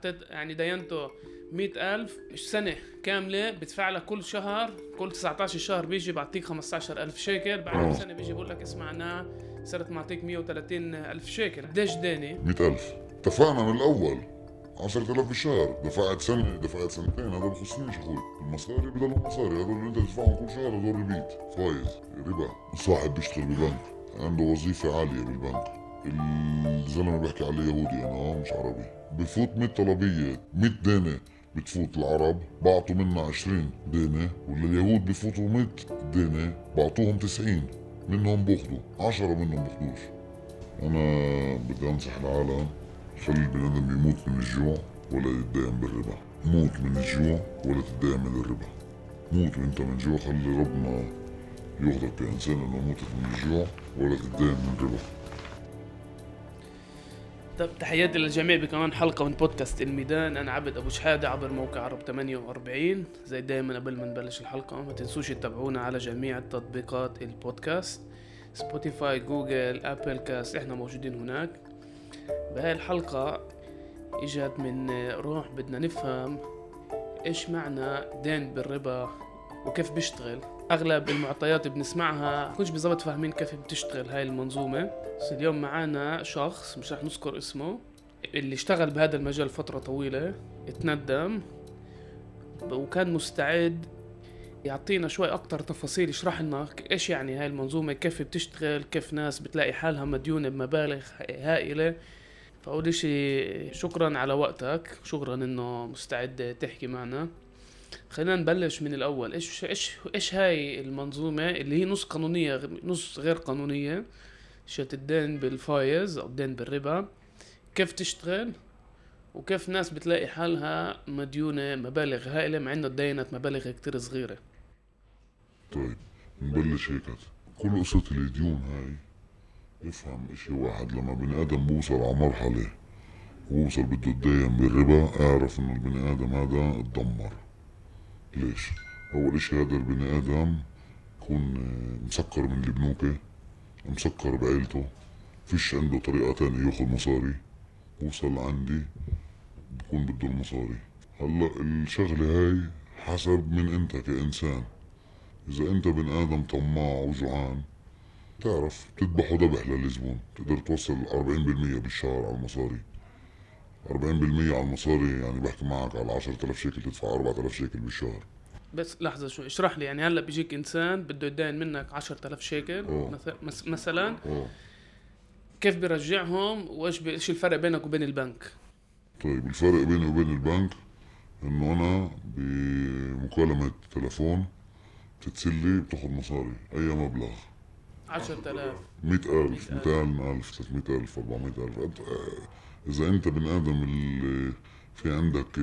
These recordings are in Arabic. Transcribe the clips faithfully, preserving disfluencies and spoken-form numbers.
حطيت يعني دينته مئة ألف سنة كاملة بدفع لك كل شهر، كل تسعة عشر شهر بيجي بعطيك خمسة عشر ألف شيكل، بعد سنة بيجي بقول لك اسمع أنا صرت معطيك مئة وثلاثين ألف شيكل. قديش ديني؟ مئة ألف. اتفقنا من الأول عشرة آلاف بالشهر، دفعت سنة دفعت سنتين، هذا بخصنيش أخوي. المصاري بدلهم مصاري، هذول اللي أنت تدفعهم كل شهر هذول ربيت فايز ربا. صاحب بيشتغل ببنك عنده وظيفة عالية بالبنك، الزلمة بيحكي عليه يهودي أنا مش عربي، بفوت مية طلبية مية دينة بتفوت العرب بعطوا منها عشرين دينة، ولا اليهود بفوتوا مية دينة بعطوهم تسعين، منهم بأخذوا عشرة منهم بأخذوش. أنا بدي أنصح العالم خلي البني آدم يموت من الجوع ولا يتداين بالربا. موت من الجوع ولا تتداين من الربا. موت انت من الجوع، خلي ربنا ياخذك كإنسان انه موتت من الجوع ولا تتداين من الربا. طب تحياتي للجميع بكمان حلقة من بودكاست الميدان. أنا عبد أبو شحادة عبر موقع عرب ثمانية وأربعين. زي دايما قبل ما نبلش الحلقة ما تنسوش تتابعونا على جميع تطبيقات البودكاست، سبوتيفاي، جوجل، أبل كاست، إحنا موجودين هناك. بهاي الحلقة إجت من روح بدنا نفهم إيش معنى دين بالربا وكيف بيشتغل. أغلب المعطيات بنسمعها كنش بالضبط فاهمين كيف بتشتغل هاي المنظومة. بس اليوم معانا شخص مش رح نذكر اسمه اللي اشتغل بهذا المجال فترة طويلة، اتندم وكان مستعد يعطينا شوي أكتر تفاصيل، يشرح لنا إيش يعني هاي المنظومة، كيف بتشتغل، كيف ناس بتلاقي حالها مديونة بمبالغ هائلة. فأول شيء شكرا على وقتك، شكرا إنه مستعد تحكي معنا. خلينا نبلش من الأول. إيش إيش إيش هاي المنظومة اللي هي نص قانونية نص غير قانونية، شت الدين بالفايز أو الدين بالربا، كيف تشتغل وكيف ناس بتلاقي حالها مديونة مبالغ هائلة مع إنه تدينت مبالغ كتير صغيرة. طيب نبلش هيك. كل قصة الديون هاي افهم اشي واحد، لما بني ادم بوصل على مرحلة ووصل بده يتدين بالربا اعرف انه البني ادم هذا اتدمر. ليش؟ اول اشي هذا البني ادم يكون مسكر من البنوكة، مسكر بعيلته، فيش عنده طريقة تانية ياخذ مصاري. وصل عندي بكون بده المصاري. هلا الشغلة هاي حسب من انت كإنسان. اذا انت بني ادم طماع وجوعان تعرف تذبح وذبح للزبون، تقدر توصل أربعين بالمية بالشهر على المصاري. أربعين بالمية على المصاري يعني بحكي معك على عشرة آلاف شيكل تدفع أربعة آلاف شيكل بالشهر. بس لحظة شوي اشرح لي، يعني هلا بيجيك إنسان بده يدين منك عشرة آلاف شيكل أوه. مث- مثلا أوه. كيف بيرجعهم وإيش بي... إيش الفرق بينك وبين البنك؟ طيب الفرق بيني وبين البنك انه انا بمكالمة تلفون تتسلي بتاخد مصاري اي مبلغ، عشرة آلاف، مئة ألف، مئتين ألف، ثلاثمئة ألف، أربعمئة ألف. إذا أنت بن آدم اللي في عندك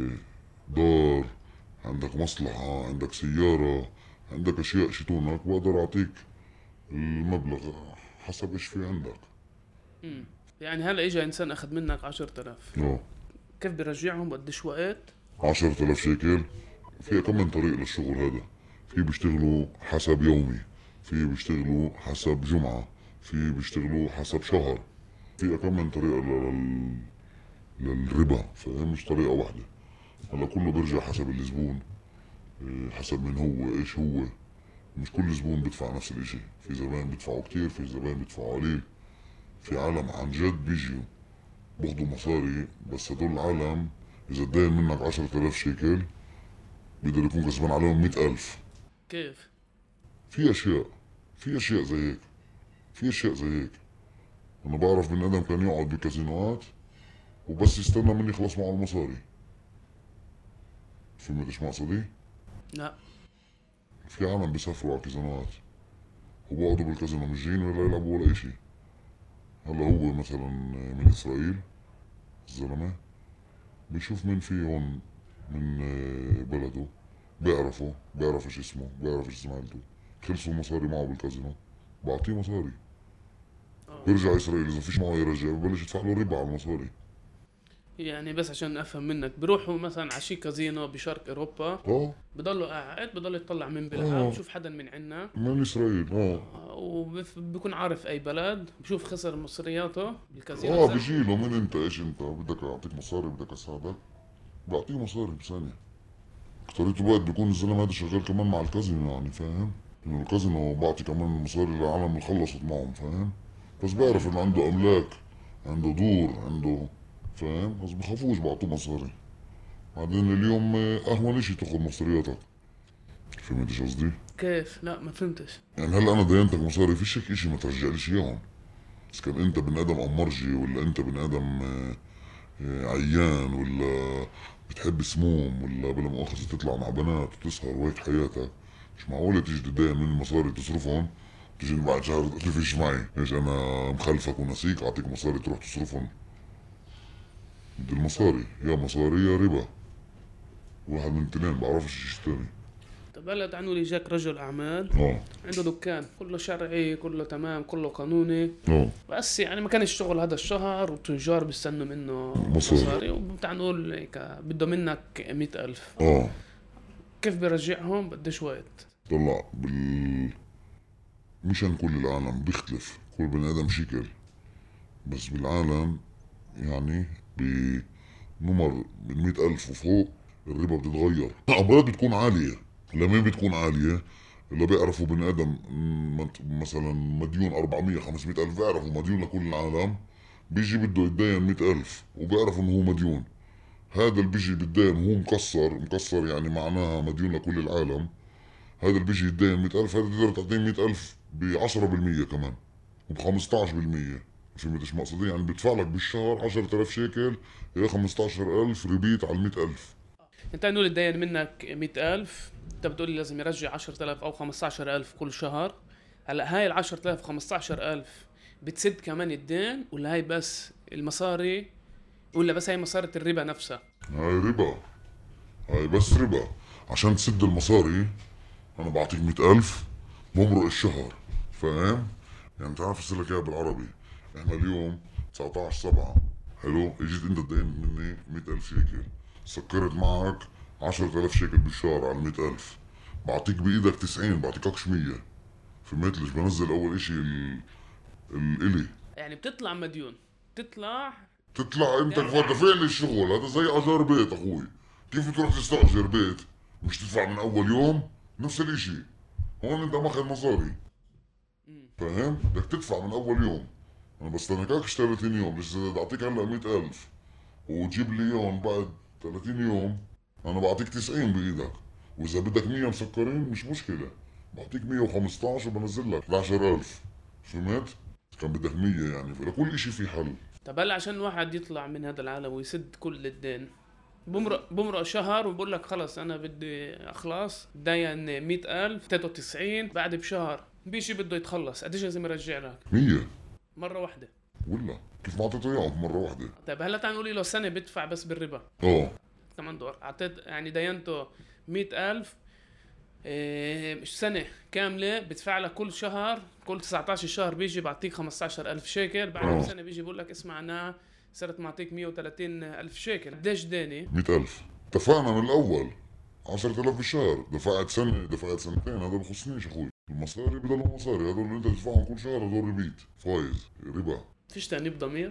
دار، عندك مصلحة، عندك سيارة، عندك أشياء شتونك، بقدر أعطيك المبلغ حسب إيش في عندك. امم يعني هلا إجا إنسان أخذ منك عشرة آلاف، أه كيف بيرجعهم بقديش وقت؟ عشرة آلاف شيكل في كم من طريق للشغل هذا. في بيشتغلوا حسب يومي، في بيشتغلوا حسب جمعة، في بيشتغلوا حسب شهر، في كم من طريقة لل... للربا، فهي مش طريقة واحدة. هلا كله بيرجع حسب الزبون، حسب من هو ايش هو. مش كل زبون بيدفع نفس الاشي، في زبائن بيدفعوا كتير، في زبائن بيدفعوا قليل. في عالم عن جد بيجوا بياخدوا مصاري، بس هدول العالم اذا تدين منك عشرة آلاف شيكل بيقدر يكون كسبان عليهم مئة ألف. كيف؟ في اشياء في اشياء زي هيك في اشياء زي هيك انا بعرف بني ادم كان يقعد بالكازينوات وبس يستنى من يخلص معه المصاري. فهمت ايش مقصدي؟ لا. في عالم بيسافروا على الكازينوات وبقعدوا بالكازينو مش جايين ولا يلعبوا ولا اشي. هلا هو مثلا من اسرائيل الزلمة بيشوف مين في هون من بلده، بيعرفه، بيعرف ايش اسمه، بيعرف ايش زمالته، خلصوا المصاري معه بالكازينو بعطيه مصاري. بيرجع اسرائيل اذا فيش معه يرجع ببلش يدفع له ربا على المصاري. يعني بس عشان افهم منك، بروحوا مثلا على شي كازينو بشرق اوروبا، اه بضلوا قاعد بضل يطلع من بيلعب، اه بشوف حدا من عنا من اسرائيل اه. وبكون عارف اي بلد، بشوف خسر مصرياته بالكازينو اه بزر. بيجيله من انت ايش انت بدك اعطيك مصاري بدك اساعدك بعطيه مصاري بثانية. اكترية الوقت بيكون الزلمة هذا شغال كمان مع الكازينو يعني فاهم. انه الكازينو بعطي كمان مصاري للعالم اللي خلصت معهم فاهم. بس بعرف انه عنده املاك عنده دور عنده فاهم. بس بخافوش بعطوه مصاري. بعدين اليوم آه، اهون اشي تاخذ مصرياتك. فهمت ايش قصدي؟ كيف؟ لا ما فهمتش. يعني هلا انا دينتك مصاري فيش هيك اشي ما ترجعليش اياهم. بس كان انت بني ادم امرجي ولا انت بني ادم آه، آه، عيان ولا بتحب سموم ولا بلا مؤاخذة تطلع مع بنات وتسهر وهيك حياتك. مش معقولة تيجي تتضايق من المصاري تصرفهم تيجي بعد شهر تقول لي فيش معي ايش انا مخلفك ونسيك اعطيك مصاري تروح تصرفهم. بدي المصاري يا مصاري يا ربا. واحد من الاثنين بعرفش ايش تاني. طب هلا تعنوا لي جاك رجل اعمال اه عنده دكان كله شرعي كله تمام كله قانوني، اه بس يعني ما كان يشتغل هذا الشهر والتجار بيستنوا منه مصاري. مصاري وبتاع نقول هيك بده منك مئة ألف، اه كيف بيرجعهم؟ بديش وقت. طلع بال مشان كل العالم بيختلف كل بني ادم شكل. بس بالعالم يعني بنمر من مئة ألف وفوق الربا بتتغير. أمراض بتكون عالية. لمين بتكون عالية؟ اللي بيعرفوا بني آدم م- مثلا مديون أربعمية خمسمية ألف بيعرفوا مديون لكل العالم. بيجي بده يتدين مئة ألف وبيعرفوا إنه هو مديون. هذا اللي بيجي بيتدين وهو مكسر مكسر يعني معناها مديون لكل العالم. هذا اللي بيجي يتدين مئة ألف هذا تقدر تعطيه مئة ألف بعشرة بالمية كمان وبخمسطعش بالمية. فهمت ايش مقصدي؟ يعني بدفع لك بالشهر عشرة آلاف شيكل هي خمسطعش ألف ريبيت على المئة ألف. انت نقول الدين منك مئة ألف، انت بتقول لي لازم يرجع عشرة آلاف او خمستاشر ألف كل شهر. هلا هاي ال عشرة آلاف خمستاشر ألف بتسد كمان الدين ولا هاي بس المصاري، ولا بس هاي مصاري الربا نفسها؟ هاي ربا. هاي بس ربا. عشان تسد المصاري انا بعطيك مئة ألف بمرق الشهر فاهم. يعني تعرف ارسل لك اياها بالعربي. احنا اليوم تسعطعش سبعة حلو. اجيت انت تدين مني مئة ألف شيكل سكرت معك عشرة آلاف شيكل بالشهر على مئة ألف بعطيك بايدك تسعين بعطيكش مية. فهمت ليش بنزل اول اشي ال- الالي. يعني بتطلع مديون، تطلع تطلع انت دافع. دافع لي الشغل هذا زي اجار بيت اخوي. كيف تروح تستاجر بيت مش تدفع من اول يوم؟ نفس الاشي. هون انت ماخذ مصاري مم. فاهم. بدك تدفع من اول يوم. انا بستناكش ثلاثين يوم ليش بدي اعطيك هلا مئة ألف وتجيب لي اياهم بعد ثلاثين يوم. انا بعطيك تسعين بايدك واذا بدك مية مسكرين مش مشكله بعطيك مية وخمسطعش وبنزل لك عشرة آلاف. فهمت؟ كان بدك مية يعني فلكل اشي في حل. طب هلا عشان واحد يطلع من هذا العالم ويسد كل الدين، بمرق بمرق شهر وبقول لك خلص انا بدي اخلص داين مئة ألف تلاتة وتسعين، بعد بشهر بيجي بده يتخلص، قديش لازم يرجع لك؟ مية. مرة واحدة؟ ولا كيف ما اعطيته اياهم مرة واحدة. طيب هلا تعال نقولي له سنة بدفع بس بالربا اه كمان دور، اعطيت يعني دينته مئة ألف، إيه مش سنة كاملة بدفع لك كل شهر، كل تسعتاشر شهر بيجي بعطيك خمستاشر ألف شيكل، بعد اه بسنة بيجي بقول لك اسمع انا صرت معطيك مية وثلاثين ألف شيكل، قديش ديني؟ مئة ألف. اتفقنا من الأول عشرة آلاف بالشهر دفعت سنة دفعت سنتين هذا بخصنيش أخوي. المصاري بضلوا مصاري هذول اللي أنت تدفعهم كل شهر هذول ريبيت فايز ربا. فيش تأنيب ضمير؟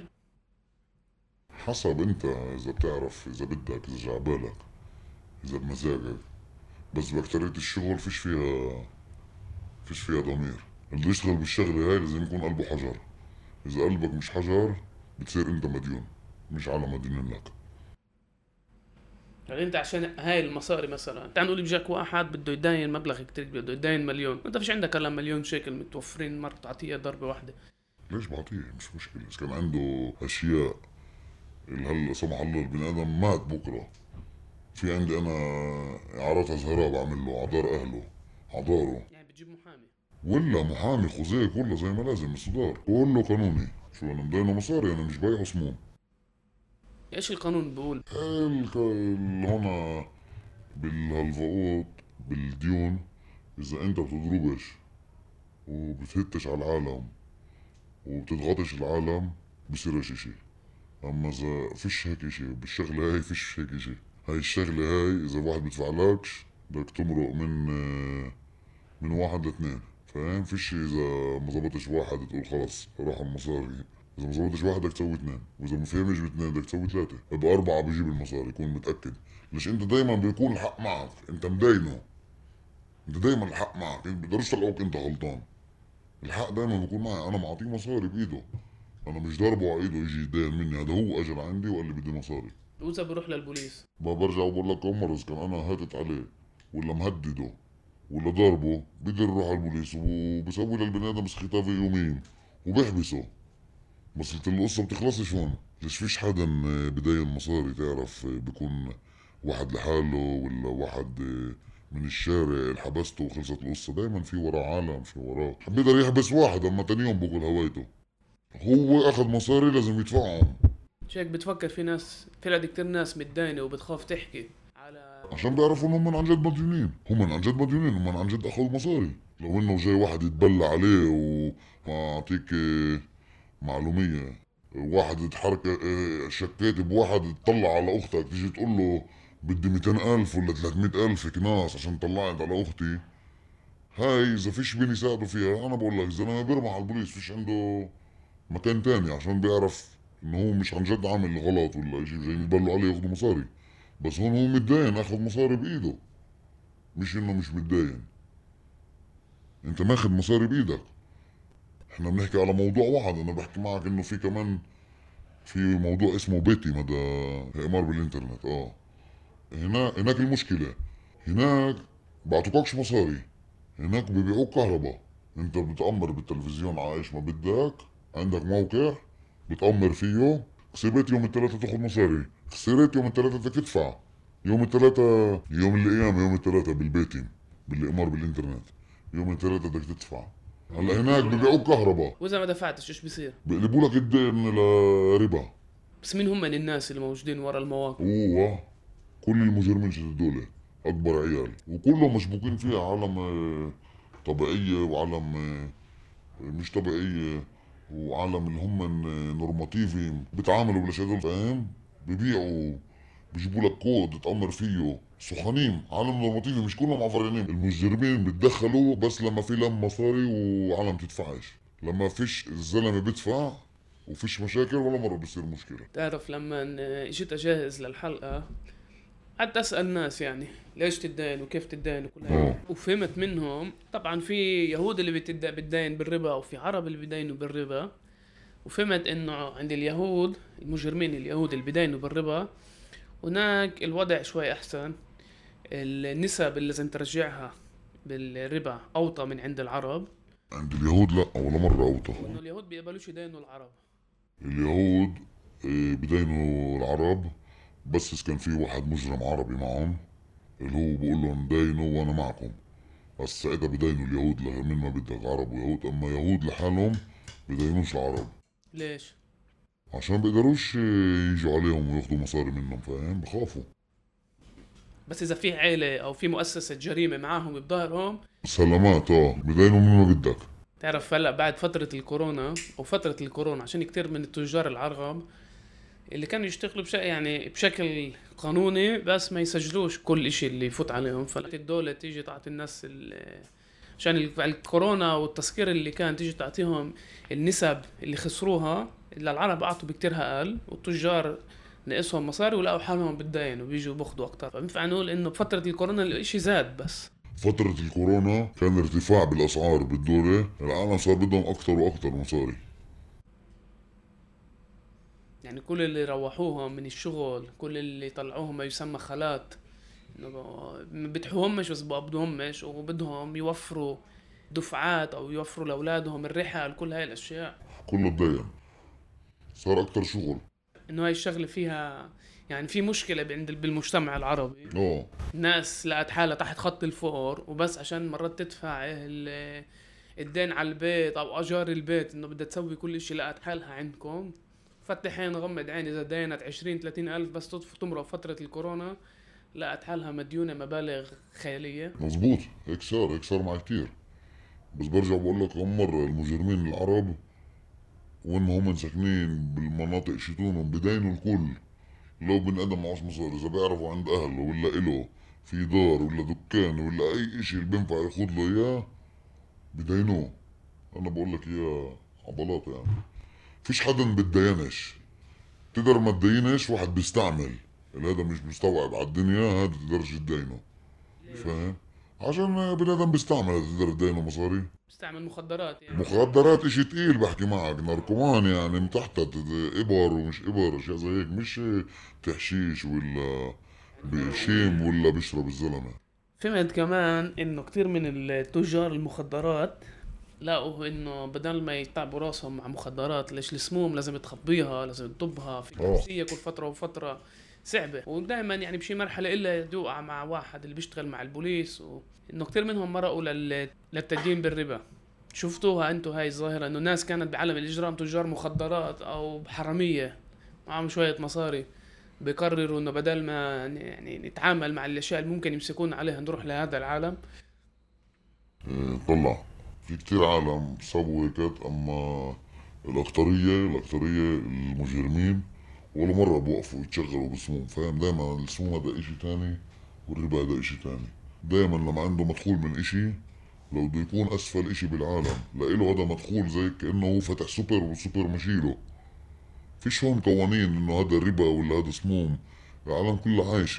حسب أنت إذا بتعرف إذا بدك إذا جعبالك إذا بمزاجك. بس بأكترية الشغل فيش فيها فيش فيها ضمير. اللي يشتغل بالشغلة هاي لازم يكون قلبه حجر. إذا قلبك مش حجر بتصير أنت مديون مش عالم مدينين لك. يعني انت عشان هاي المصاري مثلا تعال نقول بجاك واحد بده يداين مبلغ كتير كبير، بده يداين مليون، انت فيش عندك الا مليون شيكل متوفرين مرة تعطيها ضربة واحدة، ليش بعطيه مش مشكلة. إذا كان عنده أشياء اللي هلا سمح الله البني آدم مات بكرة. في عندي أنا إعارات أزهراء بعمل له عدار أهله عداره. يعني بتجيب محامي؟ ولا محامي خزيك ولا زي ما لازم الصدار كله قانوني. شو أنا مدينه مصاري أنا مش بايعه سموم. ايش القانون بقول؟ الك- اللي هنا بالهالفقوط بالديون إذا أنت بتضربش وبتهتش على العالم وبتضغطش العالم بصيرش إشي. اما اذا فيش هيك اشي بالشغلة هاي، فيش هيك اشي. هاي الشغلة هاي اذا واحد بدفعلكش بدك تمرق من آه، من واحد لاثنين، فاهم؟ فيش اذا ما زبطش واحد تقول خلص راح المصاري. اذا ما زبطش واحد بدك تسوي اثنين، واذا ما فهمش باثنين بدك تسوي ثلاثة، بأربعة بيجيب المصاري، كون متأكد. ليش؟ انت دايما بيكون الحق معك، انت مدينه، انت دايما الحق معك، انت بقدرش يطلعوك انت غلطان. الحق دايما بيكون معي، انا معطيه مصاري بايده، انا مش ضاربه على ايده يجي يتدين مني. هذا هو اجى لعندي وقال لي بدي مصاري. واذا بروح للبوليس؟ ما برجع وبقول لك عمر اذا كان انا هاتت عليه ولا مهدده ولا ضربه، بقدر يروح على البوليس وبسوي للبني ادم خطافي يومين وبحبسه. بس القصه بتخلصش هون. ليش؟ فيش حدا بداية مصاري تعرف بيكون واحد لحاله ولا واحد من الشارع انحبسته وخلصت القصة. دايما في وراه عالم، في وراه بيقدر يحبس واحد اما تاني يوم بقول هوايته. هو اخذ مصاري لازم يدفعهم. مش هيك بتفكر في ناس، في عندك كتير ناس متداينة وبتخاف تحكي على عشان بيعرفوا انهم من عن جد مديونين، هم من عن جد مديونين، هم من عن جد اخذوا مصاري. لو انه جاي واحد يتبلى عليه وما اعطيك معلومية، واحد اتحرك اه، شكيت بواحد تطلع على اختك، تيجي تقول له بدي ميتين الف ولا ثلاثمية الف كناس عشان طلعت على اختي. هاي اذا فيش مين يساعده فيها، انا بقول لك الزلمه بيرمح على البوليس، فيش عنده مكان تاني، عشان بيعرف انه هو مش عن جد عامل غلط ولا اشي جايين يتبلوا عليه ياخذوا مصاري. بس هون هو متداين، اخذ مصاري بايده، مش انه مش متداين. انت ماخذ مصاري بايدك. احنا بنحكي على موضوع واحد، انا بحكي معك انه في كمان في موضوع اسمه بيتي مدى إقمار بالإنترنت. اه هنا هناك المشكلة، هناك بعطوكش مصاري، هناك ببيعوك كهرباء. انت بتأمر بالتلفزيون عايش ما بدك، عندك موقع بتأمر فيه، كسبت يوم الثلاثة تاخد مصاري، خسرت يوم الثلاثة بدك تدفع. يوم الثلاثة يوم القيامة، يوم الثلاثة بالبيتي بالإقمار بالإنترنت، يوم الثلاثة بدك تدفع. هلا هناك ببيعوك كهرباء، واذا ما دفعتش ايش بصير؟ بيقلبوا لك الدين لربا. بس مين هم من الناس اللي موجودين ورا المواقع؟ هو كل المجرمين شد دول اكبر عيال، وكلهم مشبوكين فيها عالم آه، طبيعية وعالم آه، مش طبيعية، وعالم اللي هم آه، نورماتيفي بتعاملوا بالاشياء، فاهم؟ ببيعوا، بيجيبوا لك كود تأمر فيه، سخانين، عالم نورماتيفي، مش كلهم عفرانين. المجرمين بتدخلوا بس لما في لم مصاري وعالم تدفعش. لما فيش الزلمة بدفع وفيش مشاكل ولا مرة بصير مشكلة. تعرف لما اجيت اجهز للحلقة قعدت اسال ناس يعني ليش تتداين وكيف تتداين وكل هاي، اه وفهمت منهم طبعا في يهود اللي بتد- بتداين بالربا وفي عرب اللي بيداينوا بالربا. وفهمت انه عند اليهود المجرمين اليهود اللي بيداينوا بالربا هناك الوضع شوي احسن، النسب اللي لازم ترجعها بالربا اوطى من عند العرب، عند اليهود لا ولا مرة أوطى. وانه اليهود بيقبلوش يداينوا العرب. اليهود آه، بدينوا العرب بس إذا كان في واحد مجرم عربي معهم اللي هو بقول لهم داينوا وانا معكم، بس ساعتها بدينوا اليهود من ما بدك، عرب ويهود. اما يهود لحالهم بدينوش العرب، ليش؟ عشان بيقدروش يجوا عليهم وياخدوا مصاري منهم، فاهم؟ بخافوا. بس اذا في عيلة او في مؤسسة جريمة معاهم بظهرهم. سلامات اه بدينوا من ما بدك. تعرف هلا بعد فترة الكورونا او فترة الكورونا عشان كتير من التجار العرب اللي كانوا يشتغلوا بش... يعني بشكل قانوني بس ما يسجلوش كل اشي اللي يفوت عليهم، فالدولة تيجي تعطي الناس ال... عشان ال- الكورونا والتسكير اللي كان تيجي تعطيهم النسب اللي خسروها اللي العرب اعطوا بكتير اقل، والتجار نقصهم مصاري ولقوا حالهم بتداين وبيجوا باخذوا اكتر. فبنفع نقول انه بفترة الكورونا الاشي زاد. بس فترة الكورونا كان ارتفاع بالاسعار بالدولة، العالم صار بدهم اكتر واكتر مصاري. يعني كل اللي روحوهم من الشغل، كل اللي طلعوهم ما يسمى خالات، انه ما بدحوهمش بس بقبضوهمش وبدهم يوفروا دفعات او يوفروا لاولادهم الرحل، كل هاي الاشياء. كله تدين، صار اكتر شغل. انه هاي الشغله فيها يعني في مشكله عند بالمجتمع العربي، اه الناس لقت حالها تحت خط الفقر وبس عشان مرات تدفع ال- الدين على البيت او اجار البيت، انه بدها تسوي كل اشي لقت حالها عندكم فتح عين غمض عين، اذا دينت عشرين ثلاثين الف بس تطف تمرق فتره الكورونا لقت حالها مديونه مبالغ خياليه. مزبوط، هيك صار، هيك صار مع كتير. بس برجع بقول لك عمر المجرمين العرب وإن هم ساكنين بالمناطق شتونهم بدينوا الكل. لو بني آدم معوش مصاري إذا بيعرفوا عند أهله ولا إله في دار ولا دكان ولا أي إشي اللي بينفع ياخد له إياه بدينوه. أنا بقول لك إياه عبلاطة يعني. فيش حدا بتدينش، تقدر ما تدينش واحد بيستعمل اللي هذا مش مستوعب على الدنيا هذا تقدرش تدينه. فاهم؟ عشان بني ادم بيستعمل هذا تقدر تدينه مصاري. بيستعمل مخدرات يعني. مخدرات اشي تقيل بحكي معك، ناركومان يعني متحتت ابر ومش ابر اشياء زي هيك، مش تحشيش ولا بشيم ولا بيشرب الزلمه. فهمت كمان انه كتير من التجار المخدرات لقوا انه بدل ما يتعبوا راسهم مع مخدرات، ليش السموم لازم تخبيها، لازم تطبها في النفسية كل فترة وفترة صعبة، ودائما يعني بشي مرحلة الا يوقع مع واحد اللي بيشتغل مع البوليس، وانه كتير منهم مرقوا لل... للتدين بالربا. شفتوها انتو هاي الظاهرة انه ناس كانت بعالم الاجرام تجار مخدرات او حرامية معهم شوية مصاري بيقرروا انه بدل ما يعني نتعامل مع الاشياء اللي ممكن يمسكون عليها نروح لهذا العالم. إيه، طلع في كتير عالم سووا هيك، اما الاكترية الاكترية المجرمين ولا مرة بوقفوا يتشغلوا بسموم. فاهم؟ دايما السموم هذا اشي تاني والربا هذا اشي تاني. دايما لما عنده مدخول من اشي لو بده يكون اسفل اشي بالعالم لإله هذا مدخول زي كأنه هو فتح سوبر والسوبر مشيله. فيش هون قوانين انه هذا ربا ولا هذا سموم. العالم كلها عايشة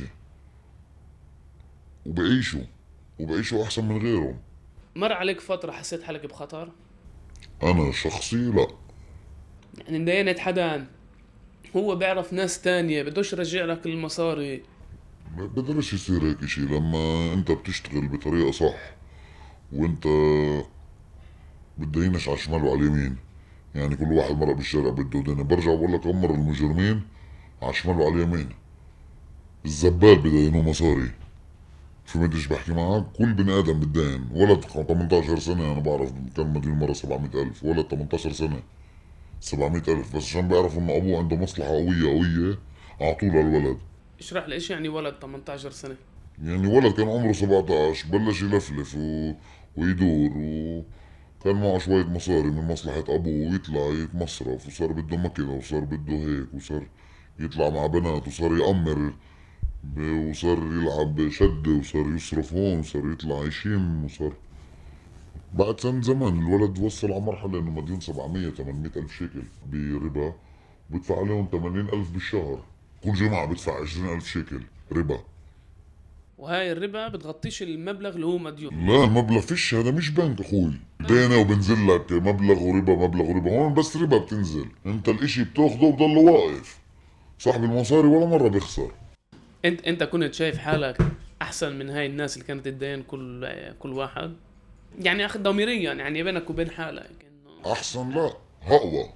وبعيشوا وبعيشوا احسن من غيرهم. مر عليك فترة حسيت حالك بخطر؟ انا شخصي لا. يعني مدينة حدا هو بيعرف ناس تانية بدوش يرجع لك المصاري. بقدرش يصير هيك اشي لما انت بتشتغل بطريقة صح وانت بتدينش على الشمال وعلى اليمين. يعني كل واحد مرق بالشارع بده دين. برجع بقول لك امر المجرمين على الشمال وعلى اليمين. الزبال بدينوه مصاري. فهمت ايش بحكي معك؟ كل بني ادم بتدين. ولد ثمانية عشر سنة انا بعرف كان مدين مرة سبعمية الف. ولد ثمانية عشر سنة سبعمية الف بس عشان بيعرفوا انه ابوه عنده مصلحة قوية قوية اعطوه للولد. اشرح لي ايش يعني ولد ثمانية عشر سنة؟ يعني ولد كان عمره سبعة عشر بلش يلفلف و... ويدور وكان معه شوية مصاري من مصلحة أبوه ويطلع يتمصرف وصار بده مكنة وصار بده هيك وصار يطلع مع بنات وصار يأمر ب... وصار يلعب شدة وصار يصرف هون وصار يطلع يشم وصار بعد سنة زمان الولد وصل على مرحلة إنه مديون سبعمية ثمانمية ألف شيكل بربا وبدفع عليهم ثمانين ألف بالشهر. كل جمعة بدفع عشرين ألف شيكل ربا. وهاي الربا بتغطيش المبلغ اللي هو مديون. لا المبلغ فيش، هذا مش بنك اخوي. دينا وبنزل لك مبلغ وربا مبلغ وربا. هون بس ربا بتنزل، انت الاشي بتاخده وبضل واقف. صاحب المصاري ولا مرة بيخسر. انت انت كنت شايف حالك احسن من هاي الناس اللي كانت تدين كل كل واحد؟ يعني اخذ ضميريا يعني بينك وبين حالك انه احسن؟ لا هقوى.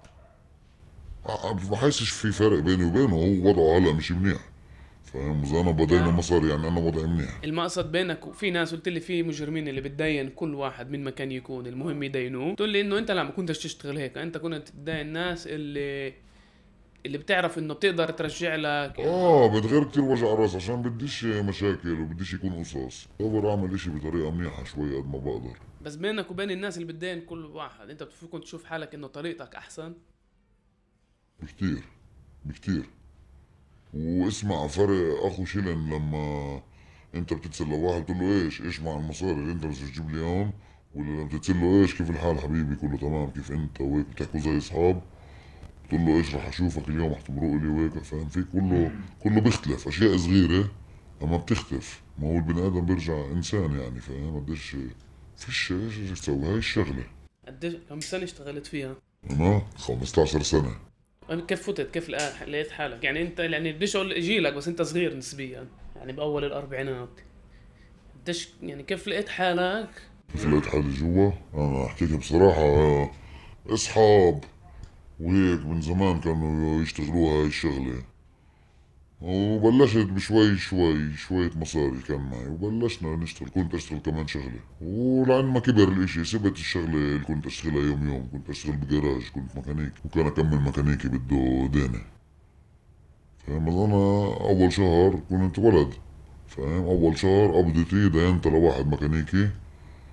بحسش في فرق بيني وبينه. هو وضعه هلا مش منيح. فاهم؟ اذا انا بدينا مصاري يعني انا وضعي منيح. المقصد بينك وفي ناس قلت لي في مجرمين اللي بتدين كل واحد من مكان يكون المهم يدينوه. تقول لي انه انت لا ما كنتش تشتغل هيك، انت كنت تدين ناس اللي اللي بتعرف انه بتقدر ترجع لك. اه بتغير كتير وجع راس عشان بديش مشاكل وبديش يكون قصص. بقدر اعمل اشي بطريقة منيحة شوي قد ما بقدر. بس بينك وبين الناس اللي بتدين كل واحد انت كنت تشوف حالك انه طريقتك احسن؟ بكتير بكتير. واسمع فرق اخو شيلن لما انت بتتصل لواحد تقول له ايش ايش مع المصاري اللي انت بدك تجيب لي اياهم، ولا لما بتتصل له ايش كيف الحال حبيبي كله تمام كيف انت وهيك بتحكوا زي اصحاب. تقول له ايش رح اشوفك اليوم رح تمرق لي وهيك. فاهم؟ في كله كله بيختلف اشياء صغيره اما بتختلف. ما هو البني ادم بيرجع انسان يعني. فاهم قديش فيش ايش تسوي هاي الشغله. قديش كم سنه اشتغلت فيها؟ انا خمسة عشر سنة. كيف فتت كيف لقيت حالك؟ يعني انت يعني بديش اقول جيلك بس انت صغير نسبيا يعني باول الاربعينات. قديش يعني كيف لقيت حالك؟ كيف لقيت حالي جوا؟ انا احكيك بصراحه اصحاب وهيك من زمان كانوا يشتغلوها هاي الشغلة، وبلشت بشوي شوي شوية مصاري كان معي وبلشنا نشتغل. كنت اشتغل كمان شغلة ولعن ما كبر الاشي سبت الشغلة اللي كنت اشتغلها يوم يوم. كنت اشتغل بجراج كنت ميكانيك وكان اكمل ميكانيكي بده دينة. فاهم؟ انا اول شهر كنت ولد. فاهم؟ اول شهر قبضتي دينت لواحد ميكانيكي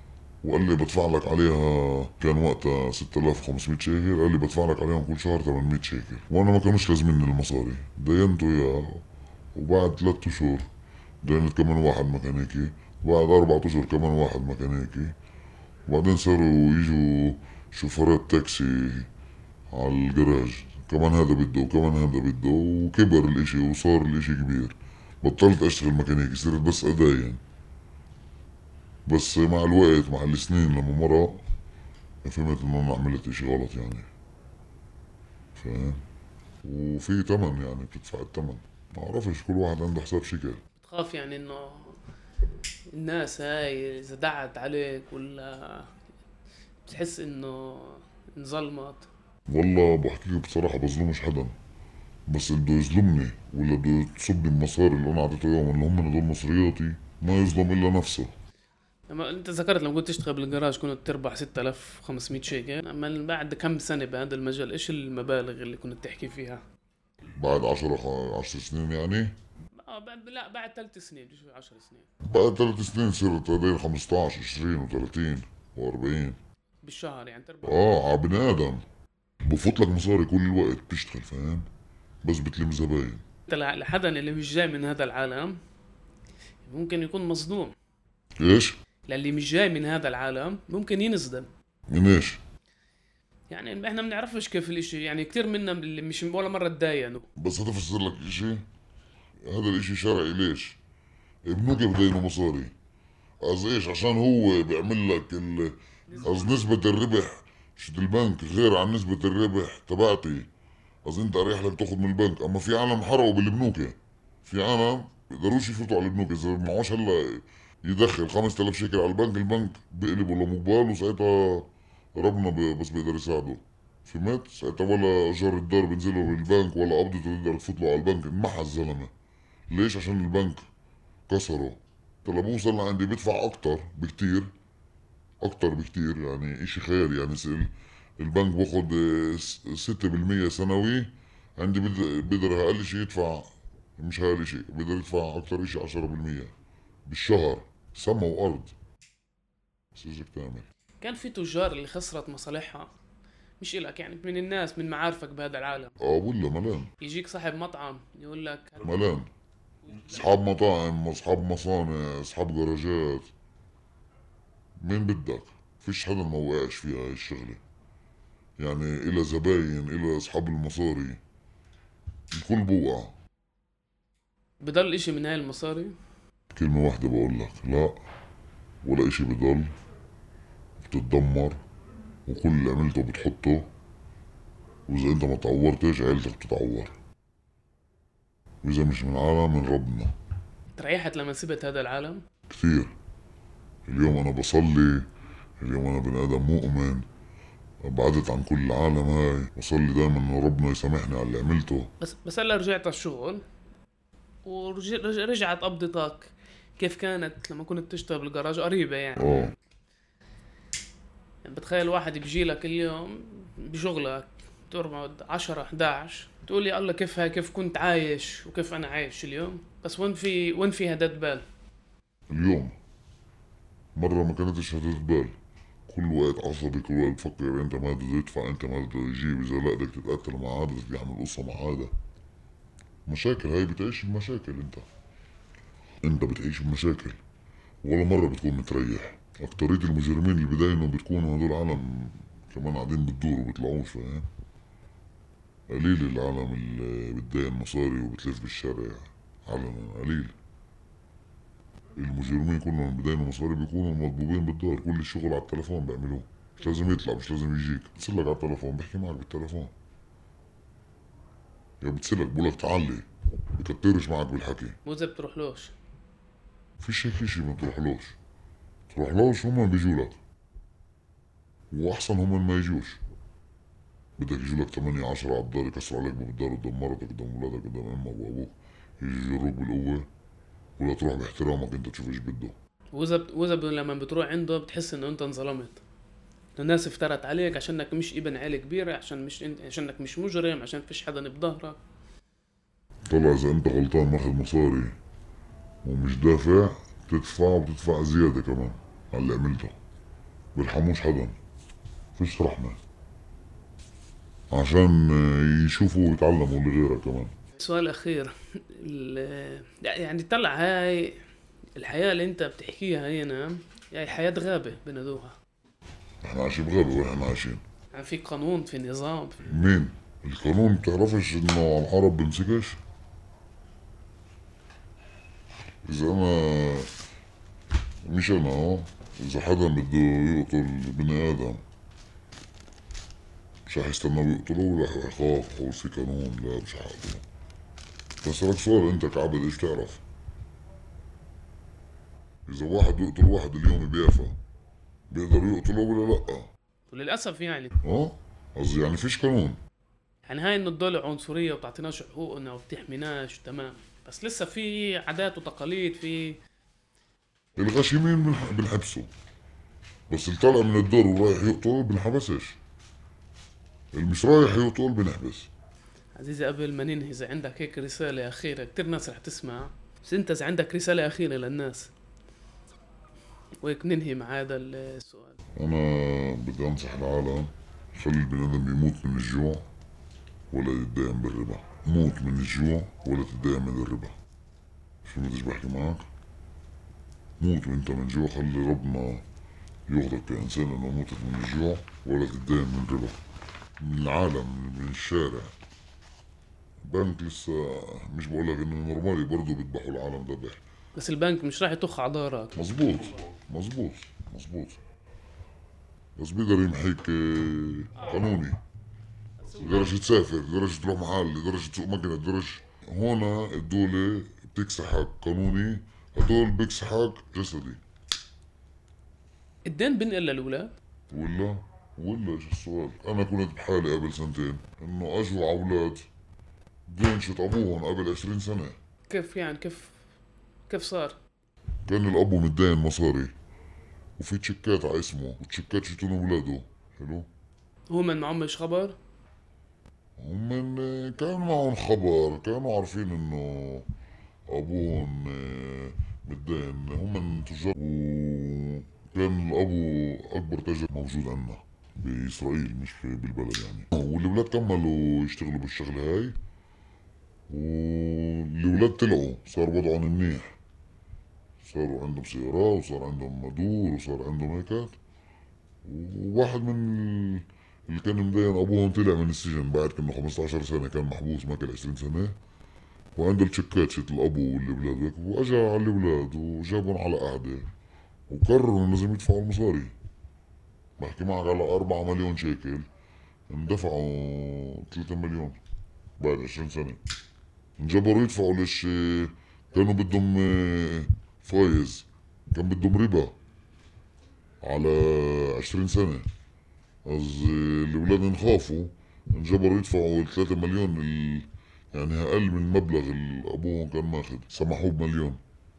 وقال لي بدفع لك عليها، كان وقتها ستة آلاف وخمسمية شيكل، قال لي بدفع لك عليهم كل شهر ثمانمية شيكل، وانا ما كانوش لازميني المصاري، دينته اياه. وبعد ثلاثة اشهر دينت كمان واحد ميكانيكي، وبعد أربعة اشهر كمان واحد ميكانيكي، وبعدين صاروا يجوا شوفرات تاكسي على الجراج، كمان هذا بده وكمان هذا بده، وكبر الاشي وصار الاشي كبير. بطلت اشتغل ميكانيكي، صرت بس اداين. بس مع الوقت مع السنين لما مرق فهمت انه انا عملت اشي غلط يعني، فاهم؟ وفي تمن يعني بتدفع التمن، ما بعرفش، كل واحد عنده حساب شكل. بتخاف يعني انه الناس هاي اذا دعت عليك ولا بتحس انه انظلمت؟ والله بحكيك بصراحة بظلمش حدا، بس اللي بده يظلمني ولا بده يصبني بمصاري اللي انا اعطيته اياهم اللي هم هدول مصرياتي ما يظلم الا نفسه. لما انت ذكرت لما كنت تشتغل بالجراج كنت تربح ستة آلاف وخمسمية شيكل، اما بعد كم سنة بهذا المجال ايش المبالغ اللي كنت تحكي فيها؟ بعد عشرة خ- عشر سنين يعني. آه بعد لا بعد ثلاث سنين مش عشر سنين. بعد ثلاث سنين صرت هدول خمستاعش عشرين وثلاثين واربعين. بالشهر يعني تربح. اه ع بني ادم بفوت لك مصاري كل الوقت بتشتغل، فاهم؟ بس بتلم زباين. انت لح- لحدا اللي مش جاي من هذا العالم ممكن يكون مصدوم، ايش؟ للي مش جاي من هذا العالم ممكن ينصدم. من ايش؟ يعني احنا بنعرفش كيف الاشي، يعني كتير منا اللي مش ولا مرة تداينوا. بس هتفسر لك اشي، هذا الاشي شرعي. ليش؟ ابنوك بدينه مصاري، قصد ايش؟ عشان هو بيعمل لك ال... قصد نسبة الربح شت البنك غير عن نسبة الربح تبعتي. قصد انت اريح لك تاخد من البنك، اما في عالم حرقوا بالبنوكة، في عالم بيقدروش يفوتوا على البنوك، اذا معوش هلا يدخل خمسة آلاف شيكل على البنك، البنك بيقلبوا لمقبال، وساعتها ربنا ب- بس بيقدر يساعده. فهمت؟ ساعتها ولا اجار الدار بنزله بالبنك ولا قبضته تقدر تفوت له على البنك، انمحى الزلمة. ليش؟ عشان البنك كسره. طلع بوصل لعندي بدفع اكتر بكتير، اكتر بكتير، يعني اشي خيالي. يعني س- البنك باخد آه، س- ستة بالمية سنوي، عندي بد- بقدر اقل شي يدفع، مش اقل شي بقدر يدفع اكتر اشي عشرة بالمية بالشهر، سما وارض. بس ايش بدك تعمل؟ كان في تجار اللي خسرت مصالحها، مش إلك يعني، من الناس من معارفك بهذا العالم. اه ولا ملان. يجيك صاحب مطعم يقول لك ملان، اصحاب مطاعم، اصحاب مصانع، اصحاب جراجات، مين بدك؟ فيش حدا ما وقعش فيها هاي الشغلة، يعني إلى زباين إلى أصحاب المصاري، الكل بوقع. بضل إشي من هاي المصاري. كلمة واحدة بقول لك، لا، ولا إشي بضل، بتتدمر، وكل اللي عملته بتحطه، وإذا أنت ما تعورتش عيلتك بتتعور، وإذا مش من عالم من ربنا. تريحت لما سبت هذا العالم. كثير. اليوم أنا بصلي، اليوم أنا بني آدم مؤمن، بعدت عن كل العالم هاي، بصلي دايما إنه ربنا يسامحني على اللي عملته. بس بس هلا رجعت على الشغل ورجعت قبضتك كيف كانت لما كنت تشتغل بالجراج؟ قريبة يعني. آه. يعني بتخيل واحد بيجي لك اليوم بشغلك تقعد عشرة حداعش تقول يا الله كيف هاي، كيف كنت عايش وكيف أنا عايش اليوم، بس وين في وين في هدد بال؟ اليوم مرة ما كانتش هتتبال، كل وقت عصبي، كل وقت بفكر انت ما بده يدفع، انت ما بده يجيب، اذا لا بدك تتقتل مع هذا، بدك تعمل قصة مع هذا. مشاكل، هاي بتعيش بمشاكل. انت انت بتعيش بمشاكل، ولا مرة بتكون متريح. اكترية المجرمين اللي بداينهم بتكونوا هدول عالم كمان قاعدين بتدور وبيطلعوش، فاهم؟ قليل العالم اللي بتداين مصاري وبتلف بالشارع علنا، قليل. المجرمين كلهم بداينوا مصاري بيكونوا مضبوبين بالدار، كل الشغل على التلفون بيعملوه، مش لازم يطلع، مش لازم يجيك، بتصلك على التلفون، بحكي معك بالتلفون، يا بتسلك بقولك تعالي، بكترش معك بالحكي. وإذا بتروحلوش فيش هيك اشي ما تروحلوش، تروحلوش هم بيجولك، واحسن هم ما يجوش. بدك يجولك ثمانية عشرة على الدار، يكسروا عليك باب الدار قدام مرتك قدام ولادك قدام امك وابوك، يجي يجروك بالقوة، ولا تروح باحترامك انت تشوف ايش بده. وإذا بت... وإذا ب... لما بتروح عنده بتحس إنه أنت انظلمت، الناس افترت عليك عشانك مش ابن عيلة كبيرة، عشان مش انت، عشانك مش مجرم، عشان فيش حدا بظهرك. طلع اذا انت غلطان ماخذ مصاري ومش دافع، بتدفع وبتدفع زيادة كمان على اللي عملته. بيرحموش حدا، فيش رحمة، عشان يشوفوا ويتعلموا لغيرها كمان. سؤال أخير. يعني طلع هاي الحياة اللي انت بتحكيها هنا يعني حياة غابة بندوها. احنا عايشين بغابة واحنا عايشين يعني في قانون، في نظام، في... مين؟ القانون بتعرفش انه على العرب بمسكش؟ اذا انا مش انا اه اذا حدا بده يقتل بني ادم مش رح يستنى يقتلوه، رح يخاف يقول في قانون لا مش حقتله. بس لك سؤال، انت كعبد ايش تعرف؟ اذا واحد يقتل واحد اليوم بيافا بيقدر يقتله ولا لا؟ وللأسف يعني اه قصدي يعني فيش قانون. يعني هاي انه الدولة عنصرية وبتعطيناش حقوقنا وبتحميناش، تمام، بس لسه في عادات وتقاليد. في الغشيمين بنح- بنحبسه، بس اللي طالع من الدور ورايح يقتل بنحبسش، اللي مش رايح يقتل بنحبس. عزيزي قبل ما ننهي، إذا عندك هيك رسالة أخيرة، كتير ناس رح تسمع، بس أنت إذا عندك رسالة أخيرة للناس وهيك ننهي مع هذا السؤال. انا بدي انصح العالم خلي البني ادم يموت من الجوع ولا يتداين بالربا. موت من الجوع ولا تتداين من الربا. فهمت ايش بحكي معك؟ موت وانت من جوع، خلي ربنا ياخدك كإنسان انه موتت من الجوع ولا تتداين من الربا. من العالم، من الشارع، بنك لسه مش بقولك انه نورمالي برضه بيذبحوا العالم ذبح. بس البنك مش راح يطخ عضارات. مظبوط مظبوط مظبوط، بس بيقدر يمحيك آه، قانوني لدرجة تسافر، لدرجة تروح محل، لدرجة تسوق مكنة، لدرجة هون الدولة بتكسحك قانوني، هدول بيكسحك جسدي. الدين بنقل للأولاد. ولا ولا ايش السؤال؟ انا كنت بحالي قبل سنتين انه اجوا اولاد دينشة ابوهم قبل عشرين سنة. كيف يعني؟ كيف كيف صار؟ كان الابو متداين مصاري وفي تشيكات على اسمه وتشيكات شتون اولاده. حلو. هو من معمش خبر؟ هم من كان معهم خبر، كانوا عارفين انه ابوهم آه، متداين، هم من تجار، وكان الابو اكبر تاجر موجود عندنا باسرائيل مش في بالبلد يعني. والولاد كملوا يشتغلوا بالشغله هاي، والولاد طلعوا صار وضعهم منيح، صاروا عندهم سيارات وصار عندهم مدور وصار عندهم هيك. وواحد من اللي كان مدين ابوهم طلع من السجن بعد كانه خمسة عشر سنه، كان محبوس ما كان عشرين سنه، وعنده التشيكات شت الابو والولاد هيك، واجا على الولاد وجابهم على قعده وقرروا انه لازم يدفعوا المصاري. بحكي معك على أربعة مليون شيكل، اندفعوا ثلاثة مليون بعد عشرين سنة. انجبروا يدفعوا ليش؟ كانوا بدهم فايز، كان بدهم ربا على عشرين سنة. قصدي الولاد انخافوا، انجبروا يدفعوا ثلاثة مليون ال... يعني أقل من المبلغ اللي أبوهم كان ماخذ، سمحوه بمليون.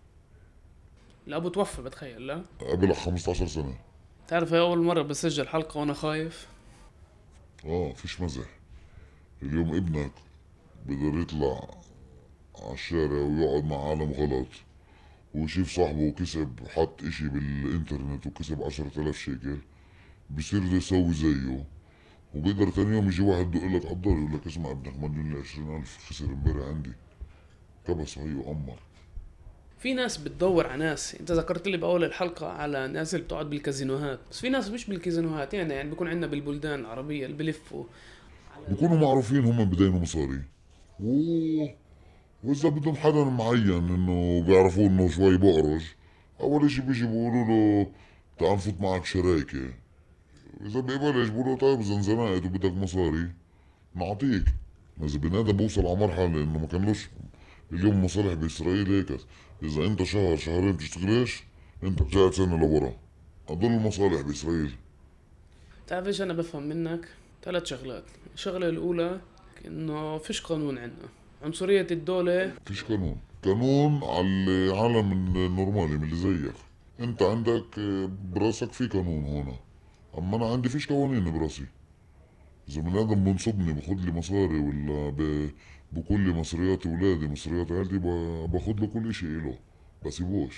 الأبو توفى بتخيل. لا قبل خمسة عشر سنة. تعرف هي أول مرة بسجل حلقة وأنا خايف. اه فيش مزح. اليوم ابنك بقدر يطلع على الشارع ويقعد مع عالم غلط ويشوف صاحبه وكسب، حط اشي بالانترنت وكسب عشرة آلاف شيكل، بصير بده يسوي زيه، وبيقدر تاني يوم يجي واحد يقول لك عالدار يقول لك اسمع ابنك مليون لي عشرين ألف خسر امبارح عندي، كبس هي وأمر. في ناس بتدور على ناس، انت ذكرت لي باول الحلقه على ناس اللي بتقعد بالكازينوهات، بس في ناس مش بالكازينوهات، يعني يعني بيكون عندنا بالبلدان العربيه اللي بلفوا بيكونوا معروفين هم بدينوا مصاري و... واذا بدهم حدا معين انه بيعرفوا انه شوي بقرج، اول اشي بيجي بيقولوا له تعال نفوت معك شراكة. اذا بيقبلش بيقولوا طيب اذا انزنقت وبدك مصاري نعطيك. اذا بني ادم بوصل على مرحلة انه ما كانلوش اليوم مصالح باسرائيل هيك، اذا انت شهر شهرين بتشتغلش انت رجعت سنة لورا. هدول المصالح باسرائيل. تعرف ايش انا بفهم منك؟ ثلاث شغلات. الشغله الاولى انه فيش قانون عندنا، عنصريه الدوله. فيش قانون، قانون على العالم النورمالي من اللي زيك. انت عندك براسك في قانون هون، اما انا عندي فيش قوانين براسي. اذا بني ادم بنصبني باخد لي مصاري ولا ب... بكل مصريات ولادي مصريات عيلتي ب... باخد له كل اشي اله، بسيبوش.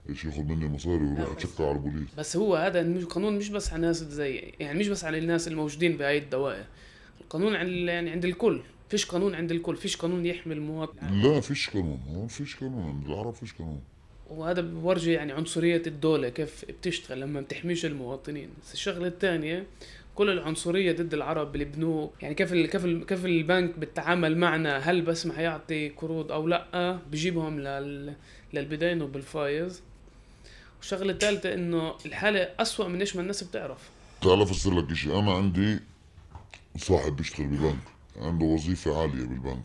ايش ياخد مني مصاري ويروح يتشكى على البوليس. بس هو هذا مش قانون مش بس على الناس زي يعني مش بس على الناس الموجودين بهاي الدوائر، القانون عن يعني عند الكل. فيش قانون عند الكل، فيش قانون يحمي المواطن. لا فيش قانون، هون فيش قانون عند العرب، فيش قانون. وهذا بورجي يعني عنصرية الدولة كيف بتشتغل لما بتحميش المواطنين. بس الشغلة الثانية كل العنصرية ضد العرب بالبنوك، يعني كيف ال كيف ال كيف البنك بتتعامل معنا، هل بس ما هيعطي قروض او لا، بجيبهم لل للبداين وبالفايز. والشغلة الثالثة انه الحالة اسوأ من ايش ما الناس بتعرف. تعال افسر لك اشي. انا عندي صاحب بيشتغل ببنك، عنده وظيفة عالية بالبنك.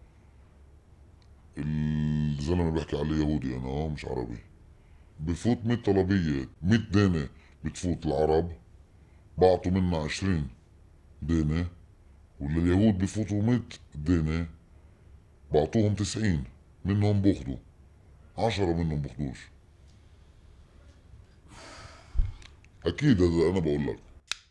الزلمة بيحكي عليه يهودي، انا اه مش عربي. بفوت مية طلبية، مية دينة بتفوت العرب بعطوا منها عشرين دينة، ولا اليهود بفوتوا مية دينة بعطوهم تسعين، منهم بوخدوا عشرة، منهم بوخدوش. اكيد هذا انا بقول لك.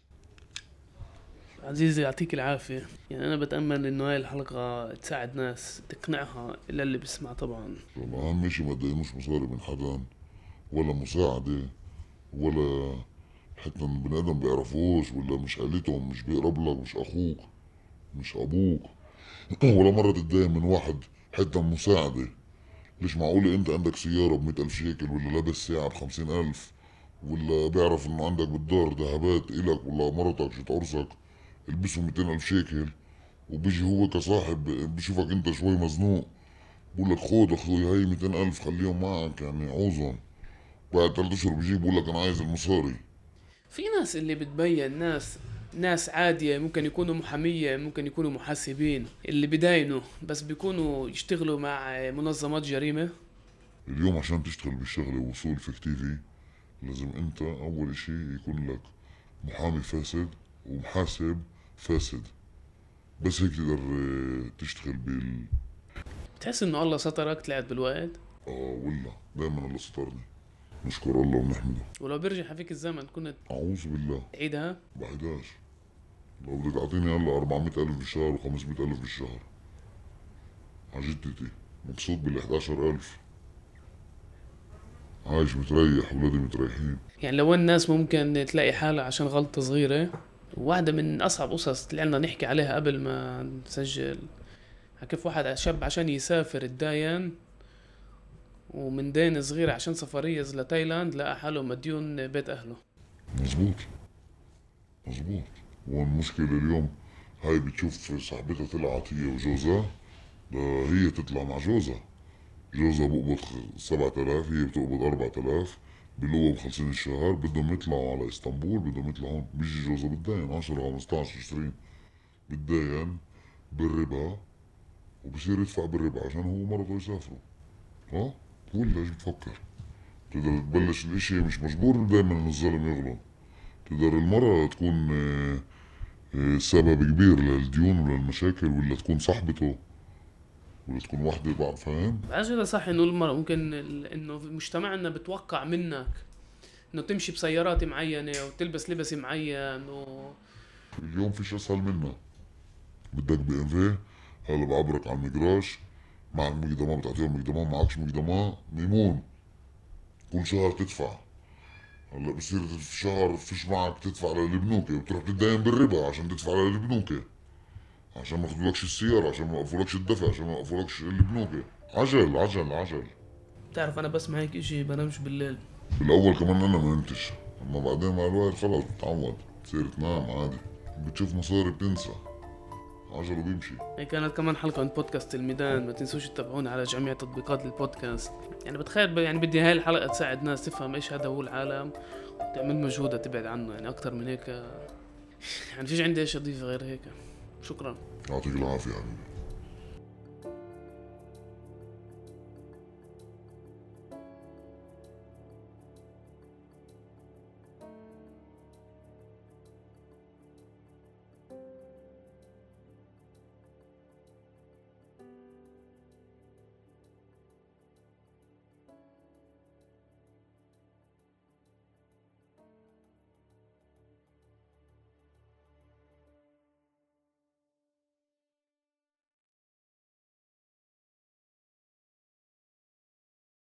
عزيزي يعطيك العافية. يعني أنا بتأمل إنه هاي الحلقة تساعد ناس، تقنعها إلا اللي بيسمع طبعا. أهم شيء ما تدينوش مصاري من حدا ولا مساعدة ولا حتى بني آدم بيعرفوش ولا مش عيلتهم، مش بيقرب لك، مش أخوك، مش أبوك. ولا مرة تتدين من واحد حتى مساعدة. ليش معقولة أنت عندك سيارة بمئة ألف شيكل، ولا لابس ساعة بخمسين ألف، ولا بيعرف إنه عندك بالدار ذهبات إلك ولا مرتك شت عرسك البسوا مئتين ألف شيكل، وبيجي هو كصاحب بشوفك انت شوي مزنوق بقول لك خود اخوي هاي مئتين ألف خليهم معك يعني عوزهم. بعد ثلاث اشهر بيجي بقول لك انا عايز المصاري. في ناس اللي بتبين ناس ناس عادية، ممكن يكونوا محامية، ممكن يكونوا محاسبين، اللي بداينوا بس بيكونوا يشتغلوا مع منظمات جريمة. اليوم عشان تشتغل بالشغلة وصول فيكتيفي لازم انت اول اشي يكون لك محامي فاسد ومحاسب فاسد، بس هيك تقدر تشتغل بال. بتحس انه الله سترك طلعت بالوقت؟ اه والله دائما الله سترني، نشكر الله ونحمده. ولو بيرجع فيك الزمن كنت اعوذ بالله تعيدها؟ بعيدهاش. لو بدك تعطيني هلا أربعمية ألف بالشهر وخمسمية ألف بالشهر عجدتي مبسوط بال إحداشر ألف، عايش متريح، ولادي متريحين. يعني لو الناس ممكن تلاقي حالة عشان غلطة صغيرة. واحدة من أصعب قصص طلعنا نحكي عليها قبل ما نسجل، كيف واحد شاب عشان يسافر الداين ومن دين صغير عشان سفرية لتايلاند لقى حاله مديون بيت أهله. مزبوط مزبوط. والمشكلة اليوم هاي بتشوف صاحبتها طلعت هي وجوزها، هي تطلع مع جوزها، جوزها بقبض سبعة آلاف، هي بتقبض أربعة آلاف، بلوه بخلصين الشهر، بدهم يطلعوا على اسطنبول، بدهم يطلعوا هون. بيجي جوزها بتداين عشرة خمستاشر عشرين، بتداين بالربا وبصير يدفع بالربا عشان هو ومرته يسافروا. ها ولا ايش بتفكر؟ تقدر تبلش الاشي، مش مجبور دايما ان الظالم يغلط. تقدر المرة تكون سبب كبير للديون وللمشاكل، ولا تكون صاحبته، ولا تكون وحدة بعد. فاهم؟ بعد كده صح انه المرأة ممكن انه في مجتمعنا بتوقع منك انه تمشي بسيارات معينة وتلبس لبس معين و... اليوم فيش اسهل منها. بدك بي ام في، هلا بعبرك على المجراج، معك مقدمة بتعطيهم مقدمة، معكش مقدمة ميمون كل شهر تدفع. هلا بصير في شهر فيش معك تدفع للبنوكة، بتروح تتداين بالربا عشان تدفع للبنوكة، عشان ما ياخذولكش السيارة، عشان ما يوقفولكش الدفع، عشان ما يوقفولكش البنوكة. عجل عجل عجل. بتعرف انا بسمع هيك اشي بنامش بالليل. بالاول كمان انا ما نمتش، اما بعدين مع الوقت خلص بتتعود، بتصير تنام عادي، بتشوف مصاري بتنسى، عجل وبيمشي. هي كانت كمان حلقة من بودكاست الميدان. ما تنسوش تتابعونا على جميع تطبيقات البودكاست. يعني بتخيل يعني بدي هاي الحلقة تساعد ناس تفهم ايش هذا هو العالم وتعمل مجهودة تبعد عنه. يعني اكتر من هيك يعني فيش عندي ايش اضيف غير هيك. شكرا. يعطيك العافية حبيبي.